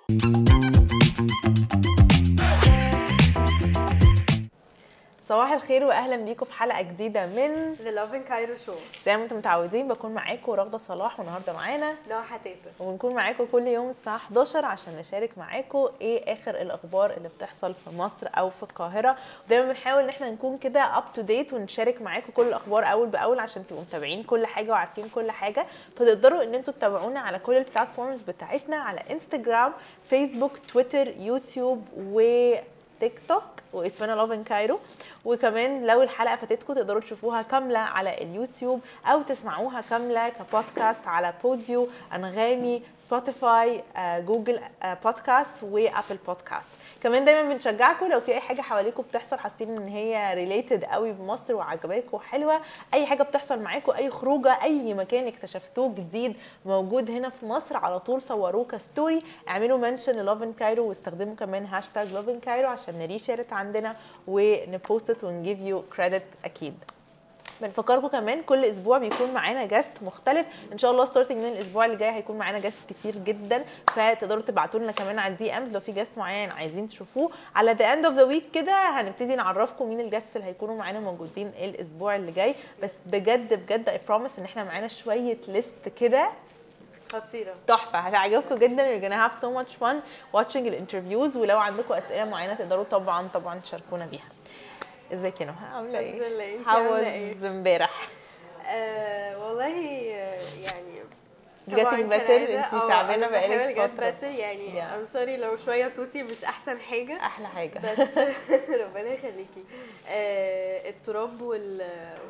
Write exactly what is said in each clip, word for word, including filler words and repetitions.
صباح الخير واهلا بيكم في حلقه جديده من The Loving Cairo Show. زي ما انتم متعودين بكون معاكم رغده صلاح، والنهارده معانا نوع حتيته، وبنكون معاكم كل يوم الساعه حداشر عشان نشارك معاكم ايه اخر الاخبار اللي بتحصل في مصر او في القاهره. ودايما بنحاول ان احنا نكون كده اب تو ديت ونشارك معاكم كل الاخبار اول باول عشان تبقوا متابعين كل حاجه وعارفين كل حاجه. فتقدروا ان انتم تتابعونا على كل البلاتفورمز بتاعتنا، على انستجرام، فيسبوك، تويتر، يوتيوب و تيك توك، واسمنا لوفن كايرو. وكمان لو الحلقه فاتتكم تقدروا تشوفوها كامله على اليوتيوب او تسمعوها كامله كبودكاست على بوديو، انغامي، سبوتيفاي، جوجل بودكاست وابل بودكاست. كمان دايما بنشجعكم لو في اي حاجه حواليكم بتحصل حاسين ان هي ريليتد قوي بمصر وعجباكم وحلوه، اي حاجه بتحصل معاكم، اي خروجه، اي مكان اكتشفتوه جديد موجود هنا في مصر، على طول صوروه كستوري، اعملوا منشن للوفن كايرو واستخدموا كمان هاشتاج لوفن كايرو عشان نريشيرت عندنا ونبوستت ونجيف يو كريدت اكيد. بنفكركم كمان كل اسبوع بيكون معانا جاست مختلف ان شاء الله. ستارتنج من الاسبوع اللي جاي هيكون معانا جاست كتير جدا، فتقدروا تبعتوا لنا كمان على الدي امز لو في جاست معين عايزين تشوفوه. على ذا اند اوف ذا ويك كده هنبتدي نعرفكم مين الجاست اللي هيكونوا معانا موجودين الاسبوع اللي جاي. بس بجد بجد اي بروميس ان احنا معانا شويه ليست كده خطيره تحفه هتعجبكم جدا. we're gonna have so much fun watching الانترفيوز، ولو عندكم اسئله معينه تقدروا طبعا طبعا تشاركونا بيها. ازيك يا نهى؟ عامله ايه؟ الحمد لله. انت عامله ايه؟ امبارح آه والله يعني getting better. انت تعبانه بقالك فتره better يعني yeah. I'm sorry لو شويه صوتي مش احسن حاجه. احلى حاجه بس ربنا يخليكي. آه التراب وال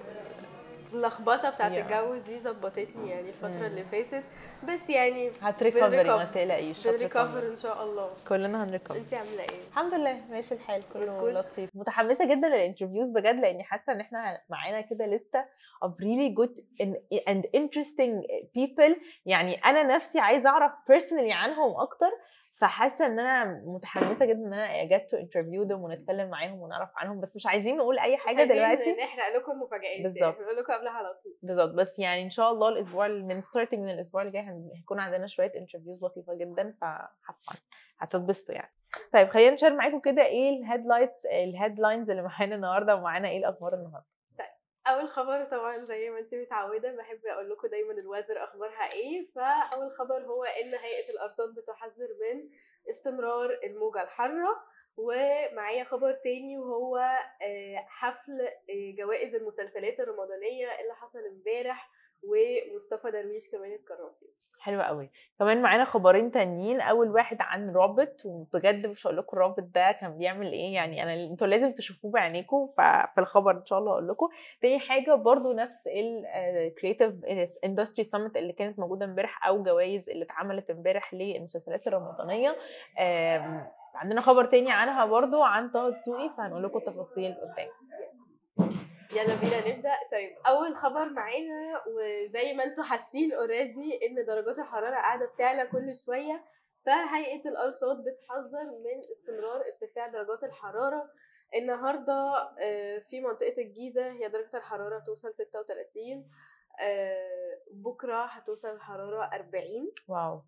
اللخبطه بتاعت yeah. الجو دي ظبطتني يعني الفتره اللي فاتت، بس يعني هتريكفري ما تقلقيش، هتريكفر ان شاء الله. كلنا هنريكفر. انت عامله ايه؟ الحمد لله ماشي الحال كله لطيف. متحمسه جدا للانترفيوز بجد، لاني حاسه ان احنا معانا كده لسته of really good and interesting people. يعني انا نفسي عايزه اعرف personally عنهم اكتر، فحاسه ان انا متحمسه جدا ان انا get to interview them ونتكلم معاهم ونعرف عنهم. بس مش عايزين نقول اي حاجه دلوقتي، مش نحرق لكم مفاجآت، بالظبط بنقول لكم قبلها على طول بالظبط. بس يعني ان شاء الله الاسبوع من starting من الاسبوع اللي جاي هيكون عندنا شويه interviews لطيفه جدا، فحفظ هتتبسطوا يعني. طيب خلينا نشير معاكم كده ايه الهيدلاينز الهيدلاينز اللي معانا النهارده، ومعانا ايه الاخبار النهارده. اول خبر طبعا زي ما انت متعوده بحب اقول لكم دايما الوزر اخبارها ايه. فاول خبر هو ان هيئه الارصاد بتحذر من استمرار الموجه الحاره. ومعايا خبر تاني وهو حفل جوائز المسلسلات الرمضانيه اللي حصل امبارح، ومصطفى درويش كمان اتكرم فيه. حلوه قوي. كمان معانا خبرين تانيين. اول واحد عن رابط، وبجد مش هقول لكم الرابط ده كان بيعمل ايه، يعني انا انتوا لازم تشوفوه بعينيكم، ففي الخبر ان شاء الله اقول لكم. تاني حاجه برضو نفس الكرييتيف اندستري سمت اللي كانت موجوده امبارح، او جوائز اللي اتعملت امبارح للمسلسلات الرمضانيه. عندنا خبر تاني عنها برضو عن طه دسوقي، فهنقول لكم تفاصيل قدام. يلا بينا نبدا. طيب اول خبر معانا، وزي ما انتم حاسين اوريدي ان درجات الحراره قاعده بتعلى كل شويه، فهيئه الارصاد بتحذر من استمرار ارتفاع درجات الحراره. النهارده في منطقه الجيزه هي درجه الحراره هتوصل ستة وتلاتين، بكره هتوصل الحراره أربعين. واو.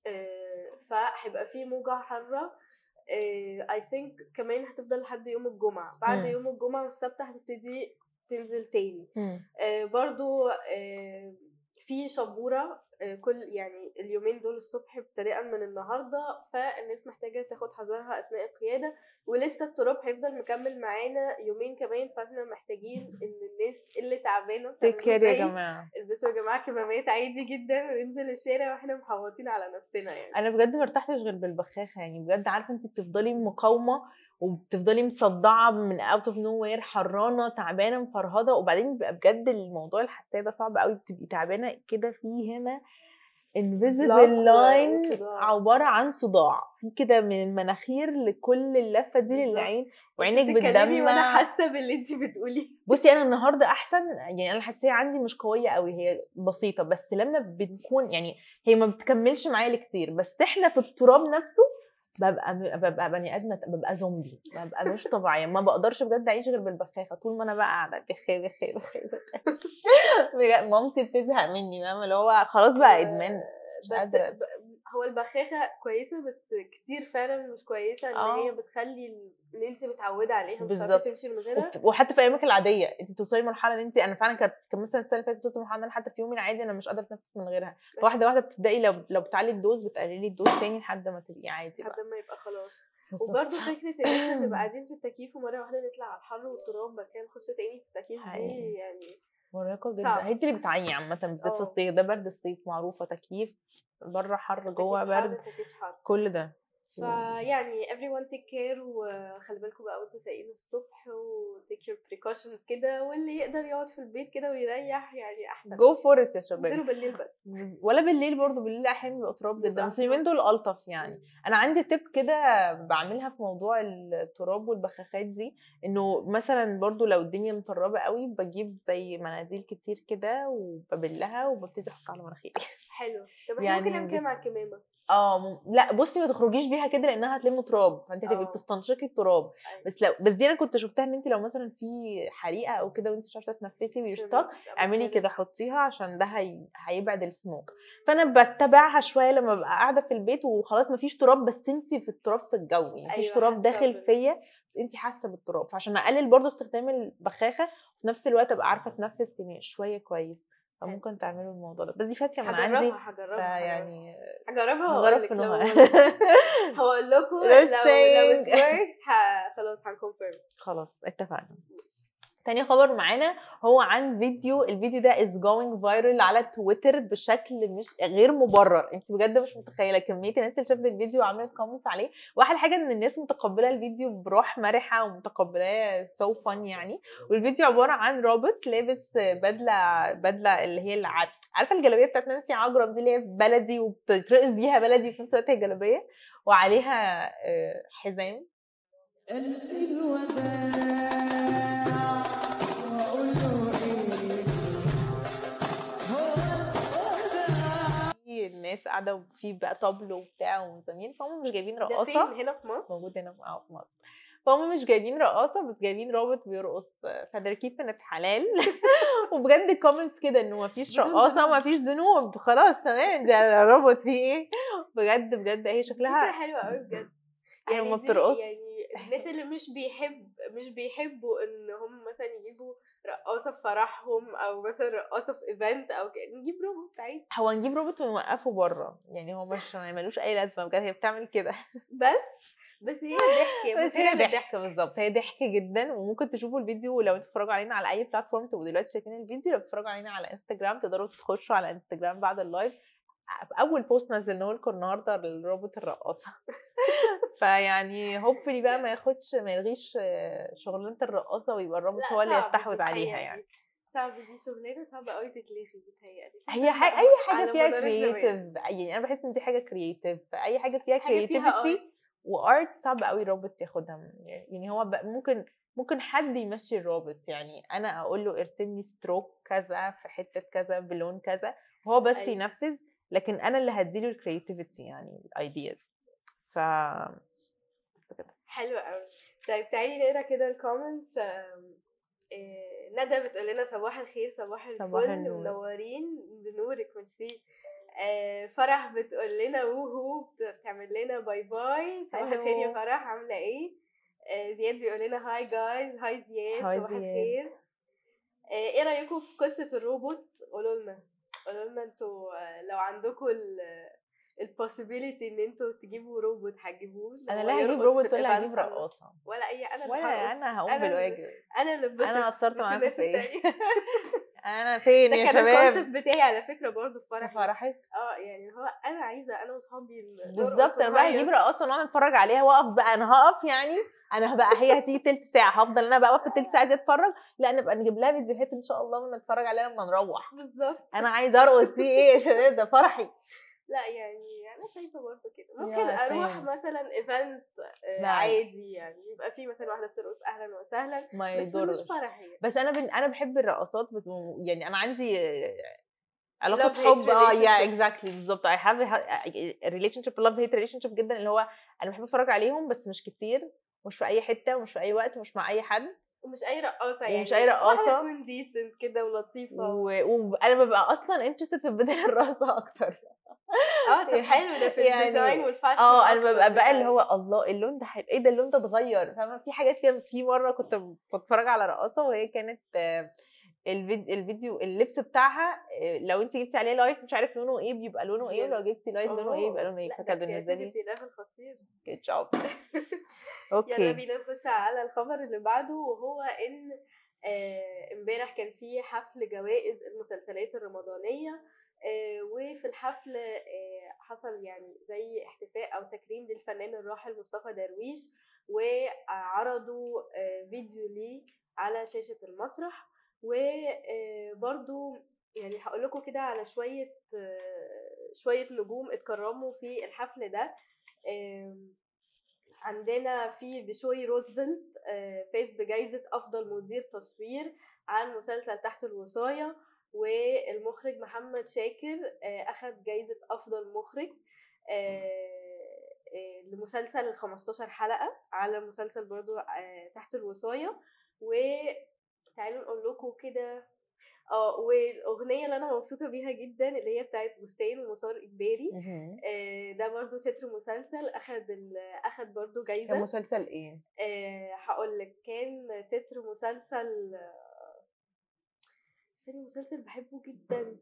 فهيبقى في موجه حاره اي ثينك كمان هتفضل لحد يوم الجمعه. بعد م. يوم الجمعه والسبت هتبتدي تنزل تاني. آه برضو آه في شبوره آه كل يعني اليومين دول الصبح ابتداء من النهارده، فالناس محتاجه تاخد حذرها اثناء القياده. ولسه التراب هيفضل مكمل معانا يومين كمان، فاحنا محتاجين ان الناس اللي تعبانه تكير يا جماعه البسوا يا جماعه كمامات عادي جدا وننزل الشارع واحنا محوطين على نفسنا. يعني انا بجد ما ارتحتش غير بالبخاخه، يعني بجد عارفه انت بتفضلي مقاومه وبتفضلي مصدعه من اوت اوف نو وير، حرانه تعبانه مفرهده، وبعدين بيبقى بجد الموضوع الحساسيه ده صعب قوي. بتبقي تعبانه كده في هنا invisible line عباره عن صداع في كده من المناخير لكل اللفه دي للعين، وعينك بتدمع. وانا حاسه باللي انت بتقولي. بصي انا النهارده احسن، يعني انا الحساسيه عندي مش قويه قوي، هي بسيطه، بس لما بنكون يعني هي ما بتكملش معايا كتير، بس احنا في التراب نفسه ببقى ببقى بني ادمه، ببقى زومبي، ببقى مش طبيعيه. ما بقدرش بجد اعيش غير بالبخاخه طول ما انا بقى قاعده بخير بخير بخير بجد. مامتي بتزهق مني، ماما اللي هو خلاص بقى ادمان. بس هو البخاخه كويسه بس كتير فعلا مش كويسه، ان آه. هي بتخلي ال- ان انت متعوده عليها مش عارفه بالظبط. تمشي من غيرها. وبت- وحتى في ايامك العاديه انت توصلي مرحله ان انت، انا فعلا كانت كان مثلا السنه اللي فاتت وصلت مرحله ان انا حتى في يومي العادي انا مش قادره اتنفس من غيرها. واحده واحده بتبداي، لو لو بتعلي الدوز بتقللي الدوز تاني لحد ما تبقي عادي لحد بقى. ما يبقى خلاص. بالظبط. وبرده فكره ان احنا نبقى قاعدين في التكييف ومره واحده نطلع على الحر والتراب بعد كده نخش تاني في التكييف، دي حقيقي. يعني مرهقه جدا، صعب. هي دي اللي بتعاني عامه بالذات في اه الصيف ده، برد الصيف معروفه، تكييف بره حر جوه تكييف حر برد، تكييف حر. كل ده. فيعني everyone take care، وخلي بالكم بقى وانتوا سايقين الصبح و take your precautions كده، واللي يقدر يقعد في البيت كده ويريح يعني احسن. جو فور ات يا شباب. انزلوا بالليل بس، ولا بالليل برضو، بالليل احيانا بيبقى تراب جدا، بيبقى بس اليومين تراب. دول الطف يعني. انا عندي تip كده بعملها في موضوع التراب والبخاخات دي، انه مثلا برضو لو الدنيا مطربه قوي بجيب زي مناديل كتير كده وببلها وببتدي احط على مناخيري. حلو. طب احنا يعني ممكن نعمل كده بت- مع الكمامه. اه م- لا بصي ما تخرجيش بيها كده لانها هتلم تراب، فانت هتبقي اه بتستنشقي التراب. أيوة. بس لو بس دي انا كنت شفتها ان انت لو مثلا في حريقه او كده وانت مش عارفه تتنفسي ويشتاق، عشان اعملي أبقى كده حطيها عشان ده هي... هيبعد السموك. فانا بتبعها شويه لما ببقى قاعده في البيت وخلاص مفيش تراب، بس انت في التراب في الجو يعني مفيش أيوة تراب حاسة داخل بال- فيا، بس انت حاسه بالتراب. فعشان اقلل برضو استخدام البخاخه وفي نفس الوقت ابقى عارفه اتنفس يعني شويه كويس، فممكن تعملوا الموضوع ده. بس دي فاتيه من عندي، هجربها هجربها فيعني هجربها هجرب وهقول في لك. لو نهى. هقول لكم لو Just لو saying. it worked ه- خلاص هنكونفيرم. خلاص اتفقنا. تاني خبر معانا هو عن فيديو، الفيديو ده is going viral على تويتر بشكل مش غير مبرر. انت بجد مش متخيله كميه الناس اللي شافت الفيديو وعملت كومنتس عليه. واحلى حاجه ان الناس متقبله الفيديو بروح مرحه ومتقبلاه so fun يعني. والفيديو عباره عن رابط لابس بدله بدله اللي هي الع... عارفه الجلابيه بتاعت نانسي عجرم دي اللي هي بلدي وبتترقص بيها بلدي وفي نفس الوقت هي جلابيه وعليها آه، حزام. الناس قاعده وفي بقى طبل وبتاع ومزامين، فهم مش جايبين ده رقاصه. فين؟ هنا في مصر؟ موجود هنا في آه، في مصر. فهم مش جايبين رقاصه بس جايبين رابط بيرقص، فده كيف كانت حلال. وبجد الكومنتس كده انه مفيش بدون رقاصه ذنوب. ومفيش ذنوب، خلاص تمام ده رابط فيه ايه. بجد بجد هي فكرة شكلها حلوة قوي بجد. هي يعني ما دي بترقص. يعني الناس اللي مش بيحب مش بيحبوا ان هم مثلا يجيبوا رقاصة في فرحهم او مثلا رقاصة في ايفنت او كده، نجيب روبوت عادي. هو نجيب روبوت ونوقفه بره يعني، هو مش ملوش اي لازمه بجد، هي بتعمل كده بس بس هي ضحك بس مثيرة هي ضحك للضحك. بالظبط، هي ضحك جدا. وممكن تشوفوا الفيديو لو انتوا بتتفرجوا علينا على اي بلاتفورم تبقوا دلوقتي شايفين الفيديو. لو بتتفرجوا علينا على انستجرام تقدروا تخشوا على انستجرام بعد اللايف، في اول بوست نزلناه لكم النهارده للروبوت الرقاصه. فيعني هوبفلي بقى ما ياخدش ما يلغيش شغلانه الرقاصه ويبقى الروبوت لا هو اللي صعب يستحوذ عليها بتهيألي. يعني. صعب، دي شغلانة صعبة قوي تتلغي بتهيألي. هي حاجة اي حاجه على فيها مدار الزمان. كرييتيف يعني، انا بحس ان دي حاجه كرييتيف، اي حاجه فيها حاجة فيها كرييتيفيتي art. وارت صعب قوي الروبوت ياخدها يعني. هو بقى ممكن ممكن حد يمشي الروبوت يعني، انا اقول له ارسم لي ستروك كذا في حته كذا بلون كذا وهو بس أيوة. ينفذ، لكن انا اللي هديله الكرييتيفيتي يعني الايدياز. ف حلو قوي. طيب تعالي نقرا كده الكومنتس. ندى بتقول لنا صباح الخير صباح صباح الفل النور. منورين بنورك ميرسي. آه، فرح بتقول لنا ووهو بتعمل لنا باي باي صباح Hello. الخير يا فرح عامله ايه. آه، زياد بيقول لنا هاي جايز هاي زياد هاي صباح زياد. الخير. آه، ايه رايكم في قصه الروبوت؟ قولوا لنا قولوا لنا انتوا آه، لو عندكم البوسيبيليتي ان انتوا تجيبوا روبوت هتجيبوه؟ انا هو لا هجيب يرقص روبوت في ولا هجيب الإيفنت عامة. رقاصه ولا اي انا اللي ولا هرقص. انا هقوم انا اللي بالواجب. انا اللي بس انا قصرت مش معاكم الناس في ايه؟ التانية. انا فين ده يا كان شباب؟ الكونسيبت بتاعي على فكره برضه في في فرحي. فرحك اه يعني هو انا عايزه انا واصحابي نرقص بالظبط. انا بقى هجيب ونهيص. رقاصه ونقعد نتفرج عليها واقف بقى، انا هقف يعني انا بقى هي هتيجي تلت ساعه هفضل انا بقى واقفه تلت ساعه دي اتفرج؟ لا نبقى نجيب لها فيديوهات ان شاء الله ونتفرج عليها لما نروح. بالظبط. انا عايزه ارقص دي ايه يا شباب؟ ده فرحي. لا يعني انا شايفه برضه كده ممكن يا اروح سام. مثلا ايفنت لا. عادي يعني يبقى في مثلا واحده بترقص اهلا وسهلا ما بس يضرش. مش فرحي يعني. بس انا بن... انا بحب الرقصات بس يعني انا عندي علاقه Love hate حب اه يا relationship. اكزاكتلي بالظبط. I have a relationship love hate relationship جدا، اللي هو انا بحب اتفرج عليهم بس مش كتير، مش في اي حته ومش في اي وقت ومش مع اي حد ومش اي رقاصه يعني ومش اي رقاصه واحده تكون ديسنت كده ولطيفه و... وانا ببقى اصلا interested في بدايه الرقصه اكتر. اه طب حلو ده في يعني الديزاين والفاشن اه انا أكتر ببقى بقى اللي بتاعي. هو الله اللون ده حلو، ايه ده اللون ده اتغير، فاهمه؟ في حاجات كده. في مره كنت بتفرج على رقاصه وهي كانت آه، الفيديو الفيديو اللبس بتاعها آه، لو انت جبتي عليه لايت مش عارف لونه ايه بيبقى لونه ايه، ولو جبتي لايت لونه ايه بيبقى اه لونه ايه، لا ده فكان بالنسبه لي كرياتيفيتي ليفل خطير. جود جوب. يلا اوكي. بينا نخش على الخبر اللي بعده، وهو ان آه، امبارح كان في حفل جوائز المسلسلات الرمضانية. آه، وفي الحفل آه، حصل يعني زي احتفاء او تكريم للفنان الراحل مصطفى درويش، وعرضوا آه، فيديو ليه على شاشة المسرح. وبرضو يعني هقول لكم كده على شوية آه، شوية نجوم اتكرموا في الحفل ده. آم، عندنا في بشوي روزفلت آه، فاز بجائزة أفضل مدير تصوير عن مسلسل تحت الوصاية. والمخرج محمد شاكر آه، أخد جائزة أفضل مخرج آه، آه، لمسلسل خمستاشر حلقة على مسلسل برضو آه، تحت الوصاية. وتعالوا نقول لكم كده اه والاغنيه اللي انا مبسوطه بيها جدا اللي هي بتاعت بستان ومسار اجباري. مهم. آه، ده برضو تتر مسلسل اخد ال... اخد برضو كان جايزه. مسلسل ايه؟ آه، هقول لك كان تتر مسلسل ثاني مسلسل بحبه جدا.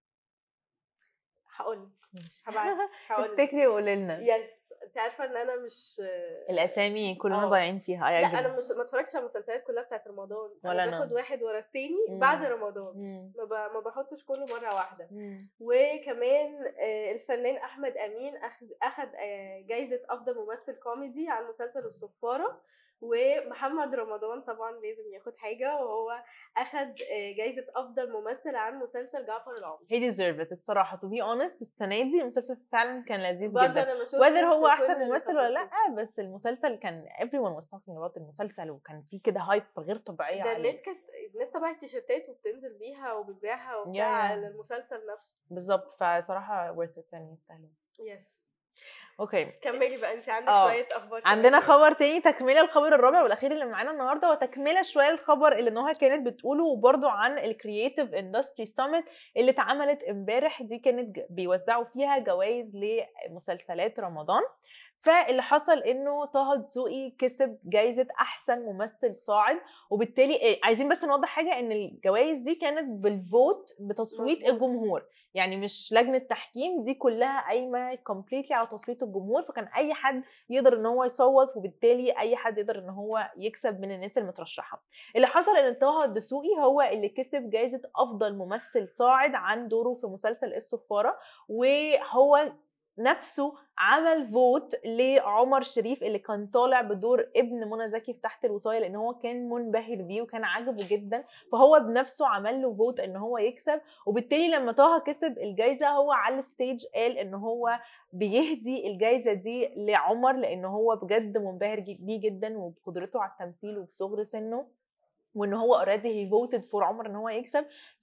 هقول هبعت هقول افتكري وقولي لنا. يس انت عارفه ان انا مش الاسامي كلنا اه ضايعين فيها. لا هيعجبني. انا مش ما اتفرجتش على المسلسلات كلها بتاعت رمضان، انا ولا باخد انا. واحد ورا التاني مم. بعد رمضان، مم. ما, ب... ما بحطش كله مره واحده. مم. وكمان آه، الفنان احمد امين اخد اخد آه، جايزه افضل ممثل كوميدي عن مسلسل الصفاره. ومحمد رمضان طبعا لازم ياخد حاجه، وهو اخد آه، جايزه افضل ممثل عن مسلسل جعفر العمدة. he deserved it الصراحه. to be honest السنه دي المسلسل فعلا كان لذيذ برضه جدا. انا ما whether هو شفتش احسن كل ممثل ولا لا، التفاصيل. بس المسلسل كان everyone was talking about المسلسل، وكان فيه كده هايب غير طبيعيه ده الناس عليه. كانت الناس طبعت تيشيرتات وبتنزل بيها وبتبيعها يا وبتاع يا على المسلسل نفسه. بالظبط، فصراحه worth it يعني يستاهلوا. يس اوكي. كملي بقى، انت عندك اه شويه اخبار كمان عندنا إيه؟ خبر تاني تكمله الخبر الرابع والاخير اللي معانا النهارده، وتكمله شويه الخبر اللي نهى كانت بتقوله، وبرده عن الكرييتيف اندستري سامت اللي اتعملت امبارح. دي كانت ج- بيوزعوا فيها جوائز لمسلسلات رمضان. فاللي حصل انه طه دسوقي كسب جايزه احسن ممثل صاعد، وبالتالي إيه، عايزين بس نوضح حاجه ان الجوائز دي كانت بالفوت بتصويت مظبوط. الجمهور، يعني مش لجنه تحكيم، دي كلها قايمه كومبليتلي على تصويت الجمهور. فكان اي حد يقدر ان هو يصوت، وبالتالي اي حد يقدر ان هو يكسب من الناس المترشحه. اللي حصل ان طه الدسوقي هو اللي كسب جائزه افضل ممثل صاعد عن دوره في مسلسل الصفاره، وهو نفسه عمل فوت لعمر شريف اللي كان طالع بدور ابن منى زكي في تحت الوصايه، لان هو كان منبهر بيه وكان عاجبه جدا، فهو بنفسه عمل له فوت ان هو يكسب. وبالتالي لما طه كسب الجائزه هو على الستيج قال ان هو بيهدي الجائزه دي لعمر، لان هو بجد منبهر بيه جدا وبقدرته على التمثيل وبصغر سنه، وان هو اوريدي هي فوتد فور عمر ان هو يكسب.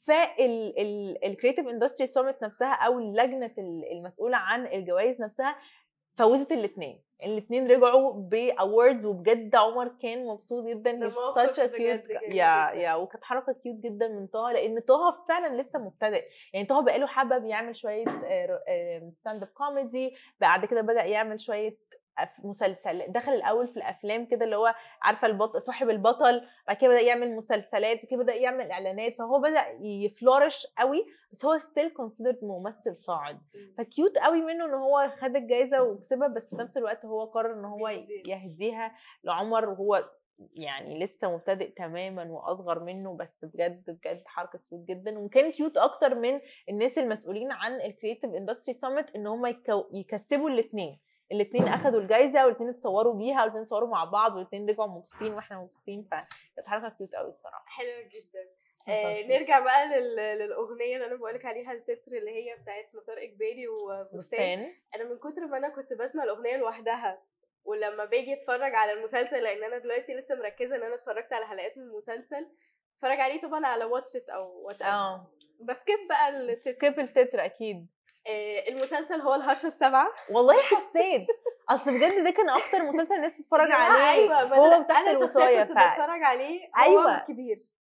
فالكريتيف اندستري سامت نفسها او اللجنه المسؤوله عن الجوائز نفسها فوزت الاثنين الاثنين رجعوا باوردز، وبجد عمر كان مبسوط جدا. ده he's موقف such a بجد cute جميل يا جدا. يا وكانت حركه كيوت جدا من طه، لان طه فعلا لسه مبتدئ. يعني طه بقاله حبه بيعمل شويه ستاند اب كوميدي، بعد كده بدا يعمل شويه مسلسل، دخل الاول في الافلام كده اللي هو عارفه البطل صاحب البطل، بعد كده بدا يعمل مسلسلات، كده بدا يعمل اعلانات، فهو بدا يفلورش قوي، بس هو ستيل كونسيدرد ممثل صاعد. فكيوت قوي منه ان هو خد الجائزه وكسبها، بس في نفس الوقت هو قرر ان هو يهديها لعمر، وهو يعني لسه مبتدئ تماما واصغر منه. بس بجد بجد حركه كيوت جدا، وكان كيوت اكتر من الناس المسؤولين عن الكرييتيف اندستري سامت ان هم يكسبوا الاثنين. الاثنين اخذوا الجائزه، والاثنين اتصوروا بيها، والاثنين اتصوروا مع بعض، والاثنين رجعوا مبسوطين واحنا مبسوطين. فكانت حركه كيوت قوي الصراحه. حلوه جدا. آه نرجع بقى لل... للاغنيه اللي انا بقولك عليها، التتر اللي هي بتاعت مسار اجباري وبستان. انا من كتر ما انا كنت بسمع الاغنيه لوحدها، ولما باجي اتفرج على المسلسل، لان انا دلوقتي لسه مركزه ان انا اتفرجت على حلقات من المسلسل، اتفرج عليه طبعا على واتشت او وات اه بسكيب بقى التتر. سكيب التتر اكيد. آه المسلسل هو الهرشه السبعه. والله حسيت اصل بجد ده كان اكتر مسلسل الناس بتتفرج عليه. ايوه هو تحت انا شخصيا الوصايه كنت ف... بتفرج عليه هو ايوه كبير.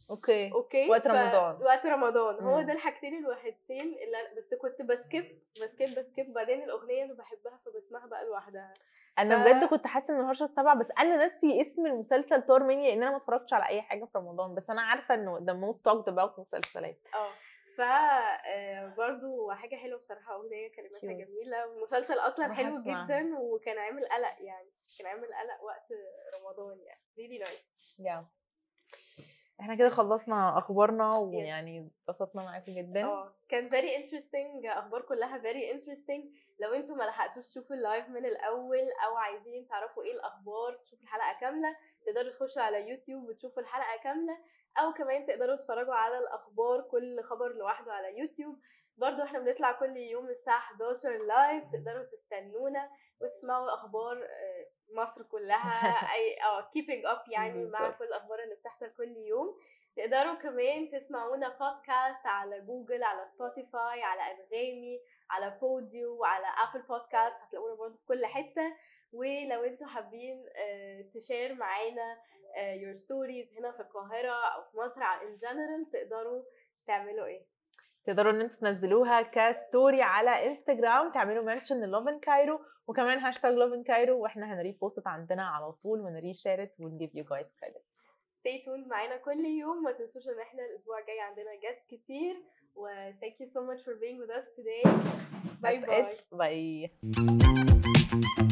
اوكي اوكي وقت ف- رمضان. وقت رمضان هو مم. ده الحاجتين الوحيدتين اللي أنا- بس كنت بسكيب بسكيب بسكيب بعدين الاغنيه اللي بحبها فبسمعها بقى لوحدها. انا ف- بجد كنت حاسه ان الهرشه السبعه، بس انا نفسي اسم المسلسل طار مني لان انا ما اتفرجتش على اي حاجه في رمضان، بس انا عارفه انه the most talked about مسلسلات. اه ف آه، برضو حاجه حلوه بصراحه، اغنيه كلماتها Cute. جميله والمسلسل اصلا أروح حلو أسمعها. جدا وكان عامل قلق يعني كان عامل قلق وقت رمضان يعني really nice. yeah. احنا كده خلصنا اخبارنا Yes. ويعني اتبسطنا معاكم جدا. اه كان very interesting، اخبار كلها very interesting. لو انتوا ما لحقتوش تشوفوا اللايف من الاول او عايزين تعرفوا ايه الاخبار تشوفوا الحلقه كامله تقدروا تخشوا على يوتيوب وتشوفوا الحلقه كامله، او كمان تقدروا تتفرجوا على الاخبار كل خبر لوحده على يوتيوب. برضو احنا بنطلع كل يوم الساعه حداشر لايف، تقدروا تستنونا وتسمعوا اخبار آه، مصر كلها اي اه keeping up يعني مع بالظبط. كل الاخبار اللي بتحصل كل يوم. تقدروا كمان تسمعونا بودكاست على جوجل، على سبوتيفاي، على انغامي، على بوديو، على ابل بودكاست، هتلاقونا برضه في كل حته. ولو انتوا حابين آه، تشير معانا آه، your stories هنا في القاهره او في مصر in general تقدروا تعملوا ايه؟ تقدروا ان انتوا تنزلوها كستوري على انستجرام، تعملوا منشن للوفن كايرو وكمان هاشتاج لوفن كايرو، واحنا هنري بوست عندنا على طول ونري شيرت ونجيب يو جايز كريدت. stay tuned معانا كل يوم. ما تنسوش ان احنا الاسبوع الجاي عندنا جاست كتير و thank you so much for being with us today. باي That's باي. it. Bye.